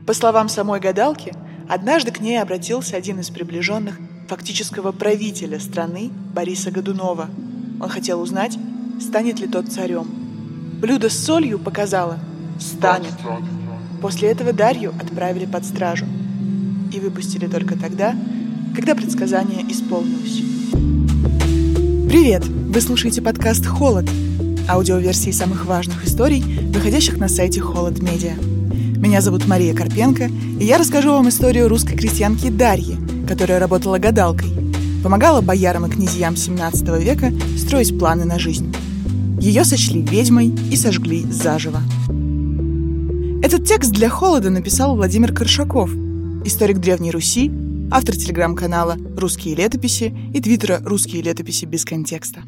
По словам самой гадалки, однажды к ней обратился один из приближенных фактического правителя страны Бориса Годунова. Он хотел узнать, станет ли тот царем. Блюдо с солью показало – станет. После этого Дарью отправили под стражу и выпустили только тогда, когда предсказание исполнилось. Привет! Вы слушаете подкаст «Холод» – аудиоверсии самых важных историй, выходящих на сайте «Холод Медиа». Меня зовут Мария Карпенко, и я расскажу вам историю русской крестьянки Дарьи, которая работала гадалкой, помогала боярам и князьям XVII века строить планы на жизнь. Ее сочли ведьмой и сожгли заживо. Этот текст для «Холода» написал Владимир Коршаков, историк Древней Руси, автор телеграм-канала «Русские летописи» и твиттера «Русские летописи без контекста».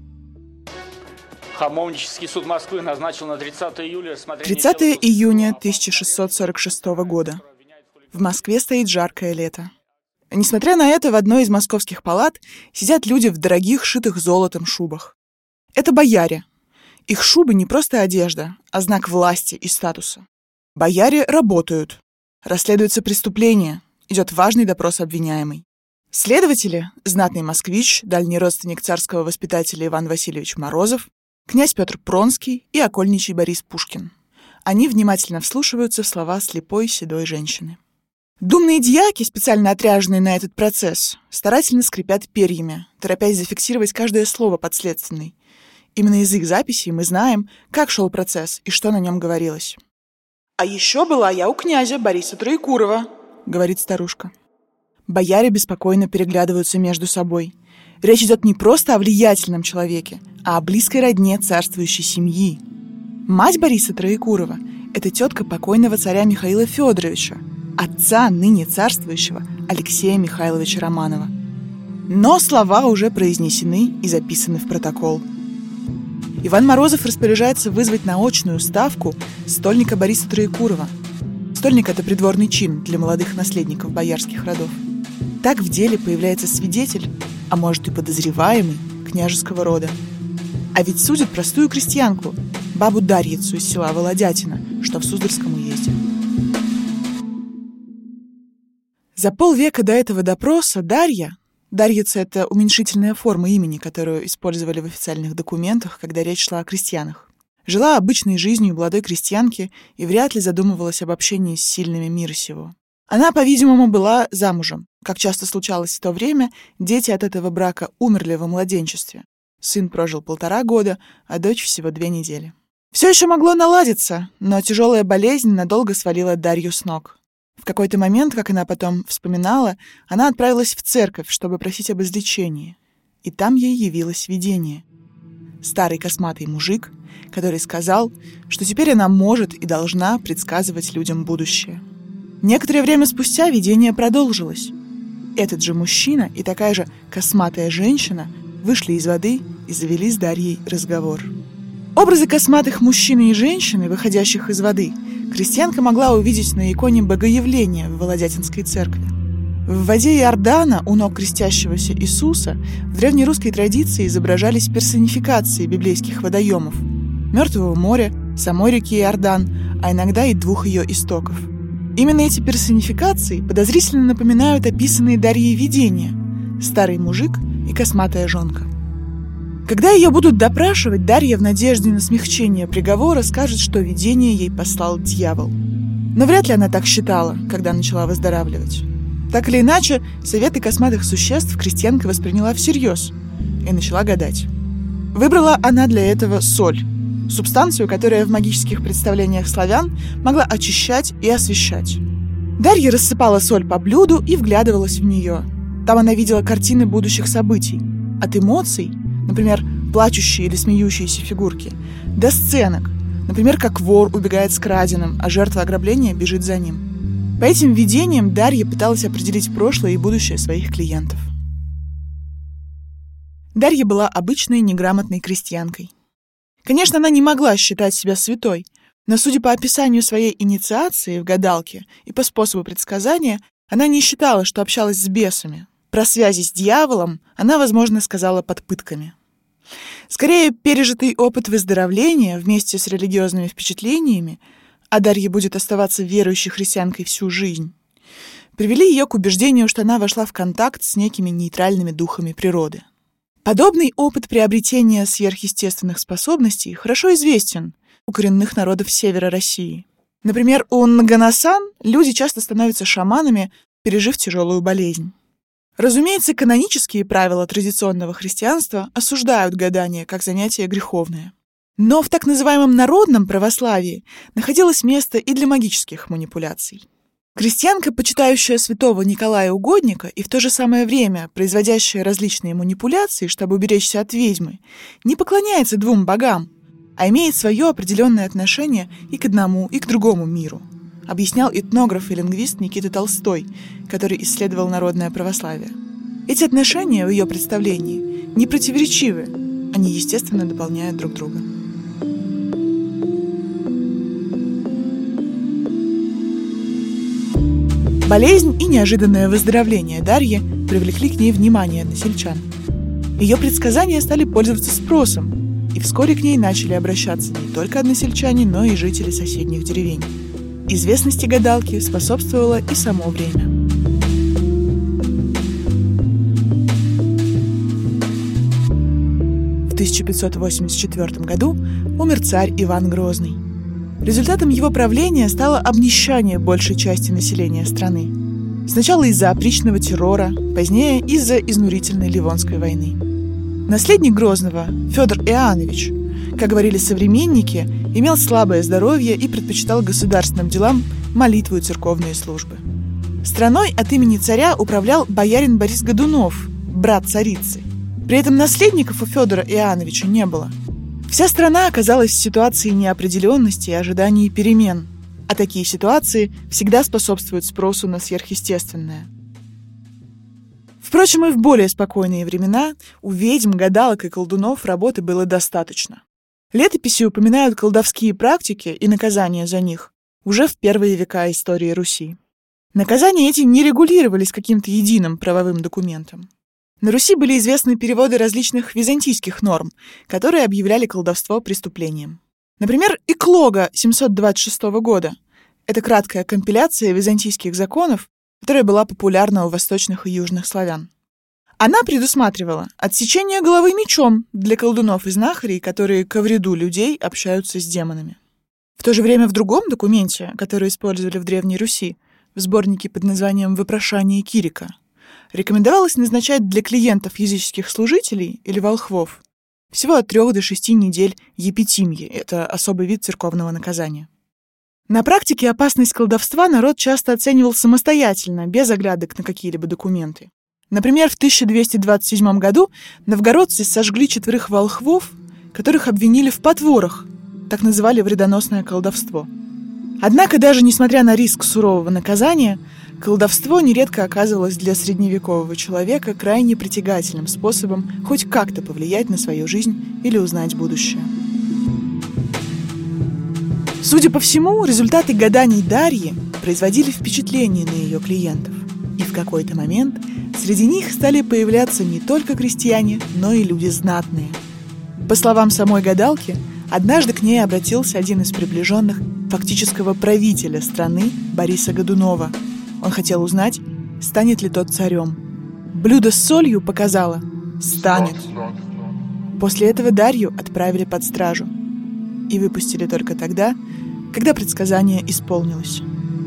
Хамовнический суд Москвы назначил на 30 июля... 30 июня 1646 года. В Москве стоит жаркое лето. Несмотря на это, в одной из московских палат сидят люди в дорогих, шитых золотом шубах. Это бояре. Их шубы не просто одежда, а знак власти и статуса. Бояре работают. Расследуется преступление. Идет важный допрос обвиняемой. Следователи — знатный москвич, дальний родственник царского воспитателя Иван Васильевич Морозов, князь Петр Пронский и окольничий Борис Пушкин. Они внимательно вслушиваются в слова слепой седой женщины. Думные дьяки, специально отряженные на этот процесс, старательно скрипят перьями, торопясь зафиксировать каждое слово подследственной. Именно из их записей мы знаем, как шел процесс и что на нем говорилось. «А еще была я у князя Бориса Троекурова», — говорит старушка. Бояре беспокойно переглядываются между собой. Речь идет не просто о влиятельном человеке, а о близкой родне царствующей семьи. Мать Бориса Троекурова — это тетка покойного царя Михаила Федоровича, отца ныне царствующего Алексея Михайловича Романова. Но слова уже произнесены и записаны в протокол. Иван Морозов распоряжается вызвать на очную ставку стольника Бориса Троекурова. Стольник — это придворный чин для молодых наследников боярских родов. Так в деле появляется свидетель, а может и подозреваемый, княжеского рода. А ведь судят простую крестьянку, бабу Дарьицу из села Володятино, что в Суздальском уезде. За полвека до этого допроса Дарьица — это уменьшительная форма имени, которую использовали в официальных документах, когда речь шла о крестьянах. Жила обычной жизнью молодой крестьянки и вряд ли задумывалась об общении с сильными мира сего. Она, по-видимому, была замужем. Как часто случалось в то время, дети от этого брака умерли во младенчестве. Сын прожил 1,5 года, а дочь всего 2 недели. Все еще могло наладиться, но тяжелая болезнь надолго свалила Дарью с ног. В какой-то момент, как она потом вспоминала, она отправилась в церковь, чтобы просить об излечении. И там ей явилось видение. Старый косматый мужик, который сказал, что теперь она может и должна предсказывать людям будущее. Некоторое время спустя видение продолжилось. Этот же мужчина и такая же косматая женщина вышли из воды и завели с Дарьей разговор. Образы косматых мужчины и женщины, выходящих из воды, крестьянка могла увидеть на иконе Богоявления в Володятинской церкви. В воде Иордана у ног крестящегося Иисуса в древнерусской традиции изображались персонификации библейских водоемов – Мертвого моря, самой реки Иордан, а иногда и 2 ее истоков. Именно эти персонификации подозрительно напоминают описанные Дарьей видения – старый мужик и косматая жонка. Когда ее будут допрашивать, Дарья в надежде на смягчение приговора скажет, что видение ей послал дьявол. Но вряд ли она так считала, когда начала выздоравливать. Так или иначе, советы косматых существ крестьянка восприняла всерьез и начала гадать. Выбрала она для этого соль – субстанцию, которая в магических представлениях славян могла очищать и освещать. Дарья рассыпала соль по блюду и вглядывалась в нее. Там она видела картины будущих событий. От эмоций, например, плачущие или смеющиеся фигурки, до сценок, например, как вор убегает с краденым, а жертва ограбления бежит за ним. По этим видениям Дарья пыталась определить прошлое и будущее своих клиентов. Дарья была обычной неграмотной крестьянкой. Конечно, она не могла считать себя святой, но, судя по описанию своей инициации в гадалке и по способу предсказания, она не считала, что общалась с бесами. Про связи с дьяволом она, возможно, сказала под пытками. Скорее, пережитый опыт выздоровления вместе с религиозными впечатлениями а Дарья будет оставаться верующей христианкой всю жизнь, привели ее к убеждению, что она вошла в контакт с некими нейтральными духами природы. Подобный опыт приобретения сверхъестественных способностей хорошо известен у коренных народов севера России. Например, у Нганасан люди часто становятся шаманами, пережив тяжелую болезнь. Разумеется, канонические правила традиционного христианства осуждают гадание как занятие греховное. Но в так называемом народном православии находилось место и для магических манипуляций. Крестьянка, почитающая святого Николая Угодника и в то же самое время производящая различные манипуляции, чтобы уберечься от ведьмы, не поклоняется двум богам, а имеет свое определенное отношение и к одному, и к другому миру, объяснял этнограф и лингвист Никита Толстой, который исследовал народное православие. Эти отношения в ее представлении не противоречивы, они, естественно, дополняют друг друга. Болезнь и неожиданное выздоровление Дарьи привлекли к ней внимание односельчан. Ее предсказания стали пользоваться спросом, и вскоре к ней начали обращаться не только односельчане, но и жители соседних деревень. Известности гадалки способствовало и само время. В 1584 году умер царь Иван Грозный. Результатом его правления стало обнищание большей части населения страны. Сначала из-за опричного террора, позднее из-за изнурительной Ливонской войны. Наследник Грозного, Федор Иоаннович, как говорили современники, имел слабое здоровье и предпочитал государственным делам молитву и церковные службы. Страной от имени царя управлял боярин Борис Годунов, брат царицы. При этом наследников у Федора Иоанновича не было. Вся страна оказалась в ситуации неопределенности и ожиданий перемен, а такие ситуации всегда способствуют спросу на сверхъестественное. Впрочем, и в более спокойные времена у ведьм, гадалок и колдунов работы было достаточно. Летописи упоминают колдовские практики и наказания за них уже в первые века истории Руси. Наказания эти не регулировались каким-то единым правовым документом. На Руси были известны переводы различных византийских норм, которые объявляли колдовство преступлением. Например, Эклога 726 года — это краткая компиляция византийских законов, которая была популярна у восточных и южных славян. Она предусматривала отсечение головы мечом для колдунов и знахарей, которые ко вреду людей общаются с демонами. В то же время в другом документе, который использовали в Древней Руси, в сборнике под названием «Вопрошание Кирика», рекомендовалось назначать для клиентов языческих служителей или волхвов всего от 3 до 6 недель епитимьи, это особый вид церковного наказания. На практике опасность колдовства народ часто оценивал самостоятельно, без оглядок на какие-либо документы. Например, в 1227 году новгородцы сожгли 4 волхвов, которых обвинили в потворах, так называли вредоносное колдовство. Однако, даже несмотря на риск сурового наказания, колдовство нередко оказывалось для средневекового человека крайне притягательным способом хоть как-то повлиять на свою жизнь или узнать будущее. Судя по всему, результаты гаданий Дарьи производили впечатление на ее клиентов, и в какой-то момент среди них стали появляться не только крестьяне, но и люди знатные. По словам самой гадалки, однажды к ней обратился один из приближенных фактического правителя страны Бориса Годунова. Он хотел узнать, станет ли тот царем. Блюдо с солью показало – станет. После этого Дарью отправили под стражу и выпустили только тогда, когда предсказание исполнилось.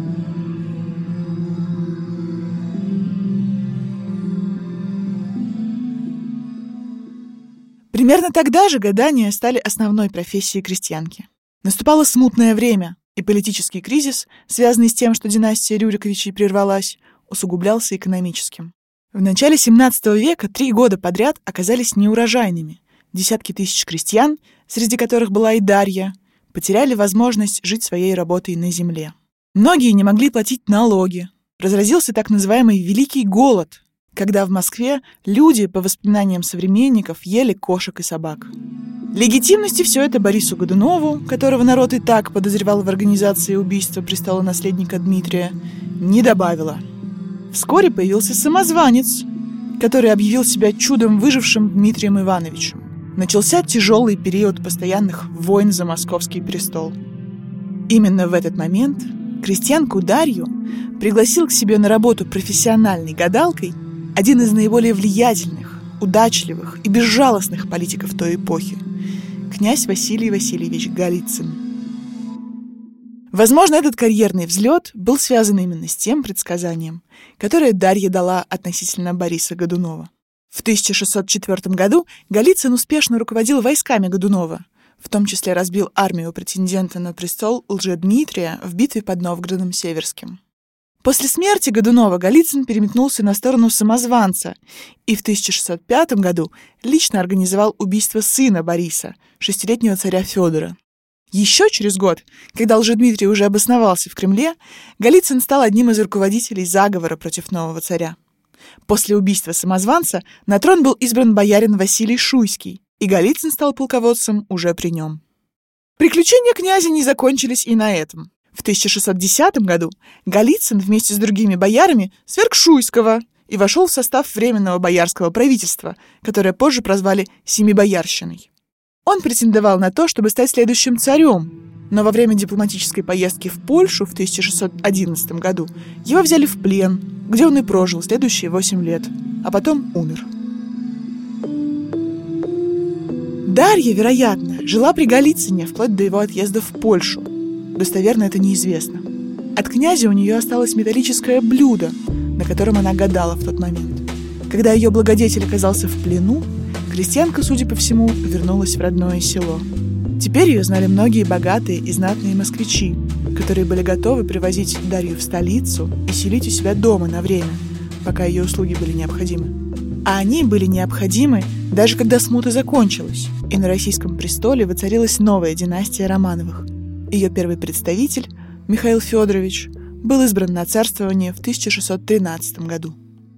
Примерно тогда же гадания стали основной профессией крестьянки. Наступало смутное время, и политический кризис, связанный с тем, что династия Рюриковичей прервалась, усугублялся экономическим. В начале XVII века 3 года подряд оказались неурожайными. Десятки тысяч крестьян, среди которых была и Дарья, потеряли возможность жить своей работой на земле. Многие не могли платить налоги. Разразился так называемый «Великий голод», когда в Москве люди, по воспоминаниям современников, ели кошек и собак. Легитимности все это Борису Годунову, которого народ и так подозревал в организации убийства престолонаследника Дмитрия, не добавило. Вскоре появился самозванец, который объявил себя чудом выжившим Дмитрием Ивановичем. Начался тяжелый период постоянных войн за московский престол. Именно в этот момент крестьянку Дарью пригласил к себе на работу профессиональной гадалкой один из наиболее влиятельных, удачливых и безжалостных политиков той эпохи – князь Василий Васильевич Голицын. Возможно, этот карьерный взлет был связан именно с тем предсказанием, которое Дарья дала относительно Бориса Годунова. В 1604 году Голицын успешно руководил войсками Годунова, в том числе разбил армию претендента на престол Лжедмитрия в битве под Новгородом Северским. После смерти Годунова Голицын переметнулся на сторону самозванца и в 1605 году лично организовал убийство сына Бориса, 6-летнего царя Федора. Еще через год, когда Лжедмитрий уже обосновался в Кремле, Голицын стал одним из руководителей заговора против нового царя. После убийства самозванца на трон был избран боярин Василий Шуйский, и Голицын стал полководцем уже при нем. Приключения князя не закончились и на этом. В 1610 году Голицын вместе с другими боярами сверг Шуйского и вошел в состав Временного боярского правительства, которое позже прозвали Семибоярщиной. Он претендовал на то, чтобы стать следующим царем, но во время дипломатической поездки в Польшу в 1611 году его взяли в плен, где он и прожил следующие 8 лет, а потом умер. Дарья, вероятно, жила при Голицыне вплоть до его отъезда в Польшу. Достоверно это неизвестно. От князя у нее осталось металлическое блюдо, на котором она гадала в тот момент. Когда ее благодетель оказался в плену, крестьянка, судя по всему, вернулась в родное село. Теперь ее знали многие богатые и знатные москвичи, которые были готовы привозить Дарью в столицу и селить у себя дома на время, пока ее услуги были необходимы. А они были необходимы даже когда смута закончилась, и на российском престоле воцарилась новая династия Романовых. Ее первый представитель, Михаил Федорович, был избран на царствование в 1613 году.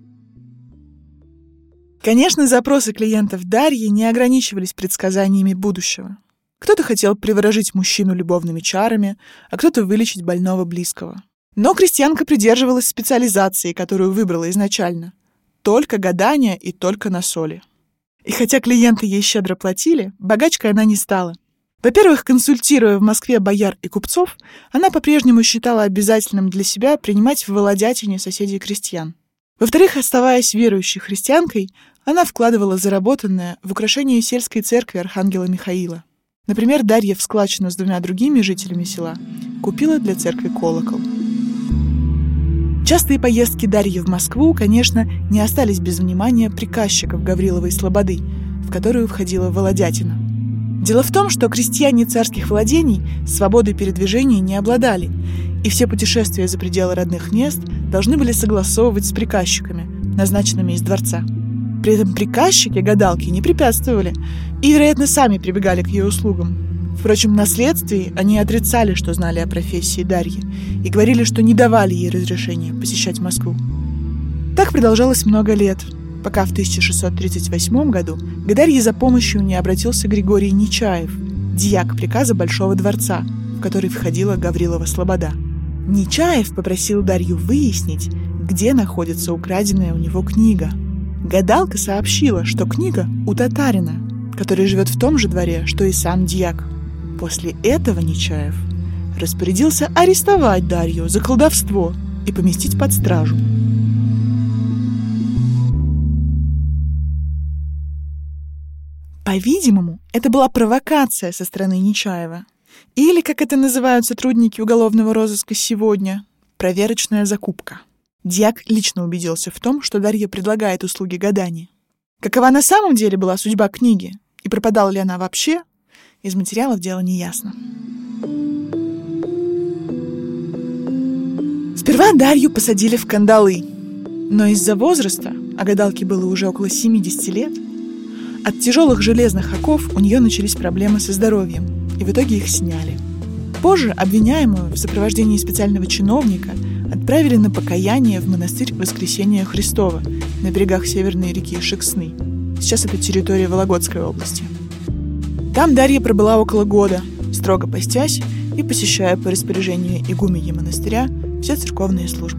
Конечно, запросы клиентов Дарьи не ограничивались предсказаниями будущего. Кто-то хотел приворожить мужчину любовными чарами, а кто-то вылечить больного близкого. Но крестьянка придерживалась специализации, которую выбрала изначально. Только гадание и только на соли. И хотя клиенты ей щедро платили, богачкой она не стала. Во-первых, консультируя в Москве бояр и купцов, она по-прежнему считала обязательным для себя принимать в Володятине соседей крестьян. Во-вторых, оставаясь верующей христианкой, она вкладывала заработанное в украшение сельской церкви Архангела Михаила. Например, Дарья в складчину с 2 другими жителями села купила для церкви колокол. Частые поездки Дарьи в Москву, конечно, не остались без внимания приказчиков Гавриловой слободы, в которую входила Володятина. Дело в том, что крестьяне царских владений свободой передвижения не обладали, и все путешествия за пределы родных мест должны были согласовывать с приказчиками, назначенными из дворца. При этом приказчики-гадалки не препятствовали и, вероятно, сами прибегали к ее услугам. Впрочем, на следствии они отрицали, что знали о профессии Дарьи, и говорили, что не давали ей разрешения посещать Москву. Так продолжалось много лет, пока в 1638 году к Дарье за помощью не обратился Григорий Нечаев, дьяк приказа Большого дворца, в который входила Гаврилова слобода. Нечаев попросил Дарью выяснить, где находится украденная у него книга. Гадалка сообщила, что книга у татарина, который живет в том же дворе, что и сам дьяк. После этого Нечаев распорядился арестовать Дарью за колдовство и поместить под стражу. По-видимому, это была провокация со стороны Нечаева. Или, как это называют сотрудники уголовного розыска сегодня, проверочная закупка. Дьяк лично убедился в том, что Дарья предлагает услуги гадания. Какова на самом деле была судьба книги и пропадала ли она вообще, из материалов дела не ясно. Сперва Дарью посадили в кандалы, но из-за возраста, а гадалке было уже около 70 лет, от тяжелых железных оков у нее начались проблемы со здоровьем, и в итоге их сняли. Позже обвиняемую в сопровождении специального чиновника отправили на покаяние в монастырь Воскресения Христова на берегах северной реки Шексны. Сейчас это территория Вологодской области. Там Дарья пробыла около года, строго постясь и посещая по распоряжению игуменьи монастыря все церковные службы.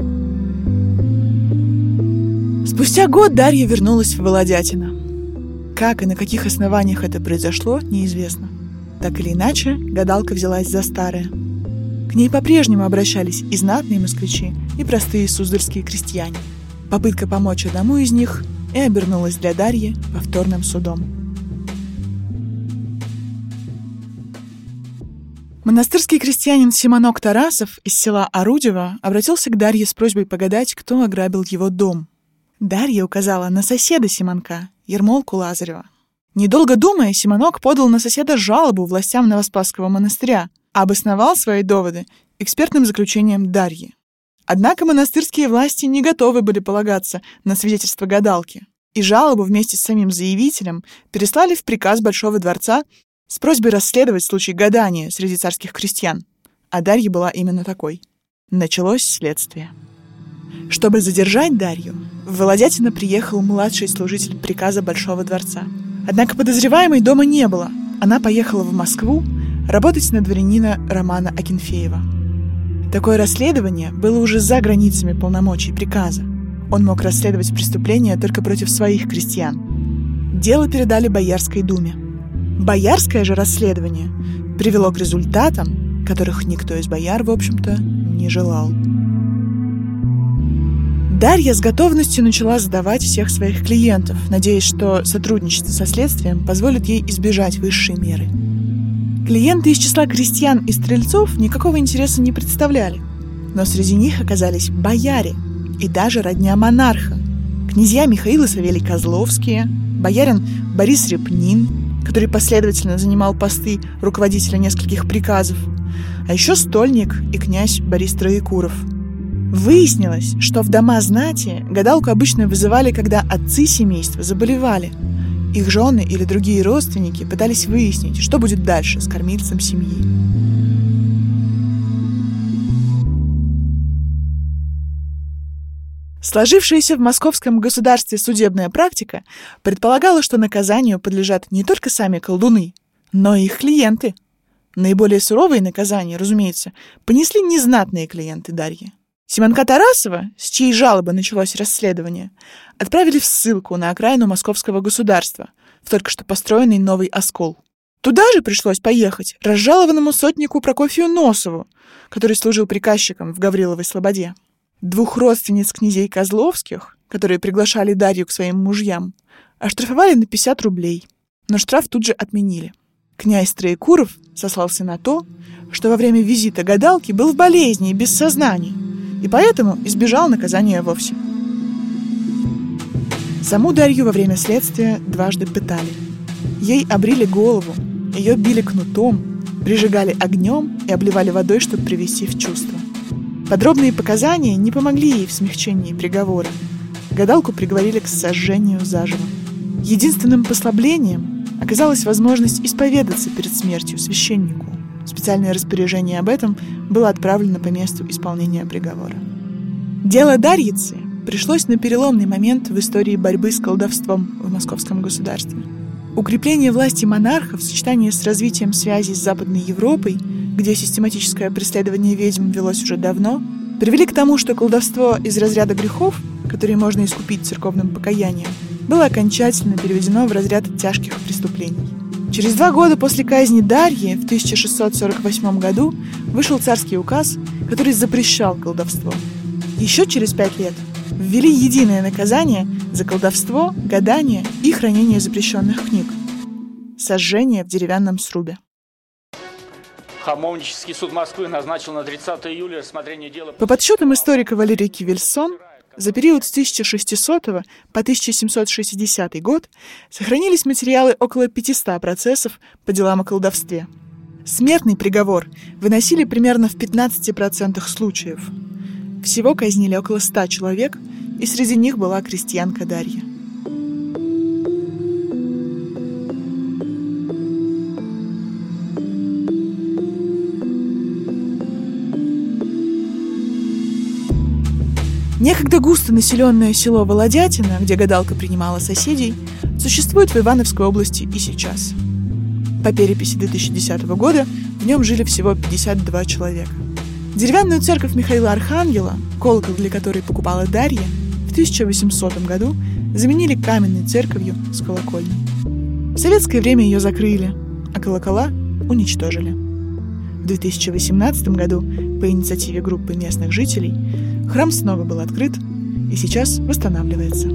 Спустя год Дарья вернулась в Володятино. Как и на каких основаниях это произошло, неизвестно. Так или иначе, гадалка взялась за старое. К ней по-прежнему обращались и знатные москвичи, и простые суздальские крестьяне. Попытка помочь одному из них и обернулась для Дарьи повторным судом. Монастырский крестьянин Симонок Тарасов из села Орудево обратился к Дарье с просьбой погадать, кто ограбил его дом. Дарья указала на соседа Симонка, Ермолку Лазарева. Недолго думая, Симонок подал на соседа жалобу властям Новоспасского монастыря, а обосновал свои доводы экспертным заключением Дарьи. Однако монастырские власти не готовы были полагаться на свидетельство гадалки, и жалобу вместе с самим заявителем переслали в приказ Большого дворца с просьбой расследовать случай гадания среди царских крестьян. А Дарья была именно такой. Началось следствие. Чтобы задержать Дарью, в Володятино приехал младший служитель приказа Большого дворца. Однако подозреваемой дома не было. Она поехала в Москву работать на дворянина Романа Акинфеева. Такое расследование было уже за границами полномочий приказа. Он мог расследовать преступления только против своих крестьян. Дело передали Боярской думе. Боярское же расследование привело к результатам, которых никто из бояр, в общем-то, не желал. Дарья с готовностью начала сдавать всех своих клиентов, надеясь, что сотрудничество со следствием позволит ей избежать высшей меры. Клиенты из числа крестьян и стрельцов никакого интереса не представляли, но среди них оказались бояре и даже родня монарха. Князья Михаил и Савелий Козловские, боярин Борис Репнин, который последовательно занимал посты руководителя нескольких приказов, а еще стольник и князь Борис Троекуров. Выяснилось, что в дома знати гадалку обычно вызывали, когда отцы семейства заболевали. Их жены или другие родственники пытались выяснить, что будет дальше с кормильцем семьи. Сложившаяся в московском государстве судебная практика предполагала, что наказанию подлежат не только сами колдуны, но и их клиенты. Наиболее суровые наказания, разумеется, понесли незнатные клиенты Дарьи. Симонка Тарасова, с чьей жалобы началось расследование, отправили в ссылку на окраину московского государства, в только что построенный новый оскол. Туда же пришлось поехать разжалованному сотнику Прокофью Носову, который служил приказчиком в Гавриловой слободе. Двух родственниц князей Козловских, которые приглашали Дарью к своим мужьям, оштрафовали на 50 рублей, но штраф тут же отменили. Князь Троекуров сослался на то, что во время визита гадалки был в болезни и без сознания, и поэтому избежал наказания вовсе. Саму Дарью во время следствия дважды пытали. Ей обрили голову, ее били кнутом, прижигали огнем и обливали водой, чтобы привести в чувство. Подробные показания не помогли ей в смягчении приговора. Гадалку приговорили к сожжению заживо. Единственным послаблением оказалась возможность исповедаться перед смертью священнику. Специальное распоряжение об этом было отправлено по месту исполнения приговора. Дело Дарьицы пришлось на переломный момент в истории борьбы с колдовством в московском государстве. Укрепление власти монарха в сочетании с развитием связей с Западной Европой, где систематическое преследование ведьм велось уже давно, привели к тому, что колдовство из разряда грехов, которые можно искупить церковным покаянием, было окончательно переведено в разряд тяжких преступлений. Через 2 года после казни Дарьи в 1648 году вышел царский указ, который запрещал колдовство. Еще через 5 лет ввели единое наказание за колдовство, гадание и хранение запрещенных книг – сожжение в деревянном срубе. Хамовнический суд Москвы назначил на 30 июля рассмотрение дела... По подсчетам историка Валерия Кивельсон, за период с 1600 по 1760 год сохранились материалы около 500 процессов по делам о колдовстве. Смертный приговор выносили примерно в 15% случаев. Всего казнили около 100 человек, и среди них была крестьянка Дарья. Некогда густо населенное село Володятино, где гадалка принимала соседей, существует в Ивановской области и сейчас. По переписи 2010 года в нем жили всего 52 человека. Деревянную церковь Михаила Архангела, колокол для которой покупала Дарья, в 1800 году заменили каменной церковью с колокольней. В советское время ее закрыли, а колокола уничтожили. В 2018 году по инициативе группы местных жителей храм снова был открыт и сейчас восстанавливается.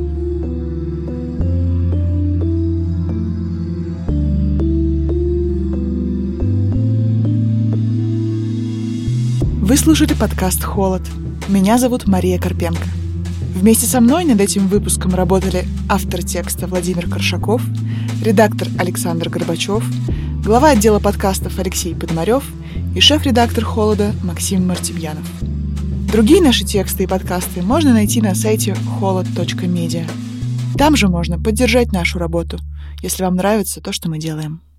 Вы слушали подкаст «Холод». Меня зовут Мария Карпенко. Вместе со мной над этим выпуском работали автор текста Владимир Коршаков, редактор Александр Горбачев, глава отдела подкастов Алексей Подмарев и шеф-редактор «Холода» Максим Мартемьянов. Другие наши тексты и подкасты можно найти на сайте holod.media. Там же можно поддержать нашу работу, если вам нравится то, что мы делаем.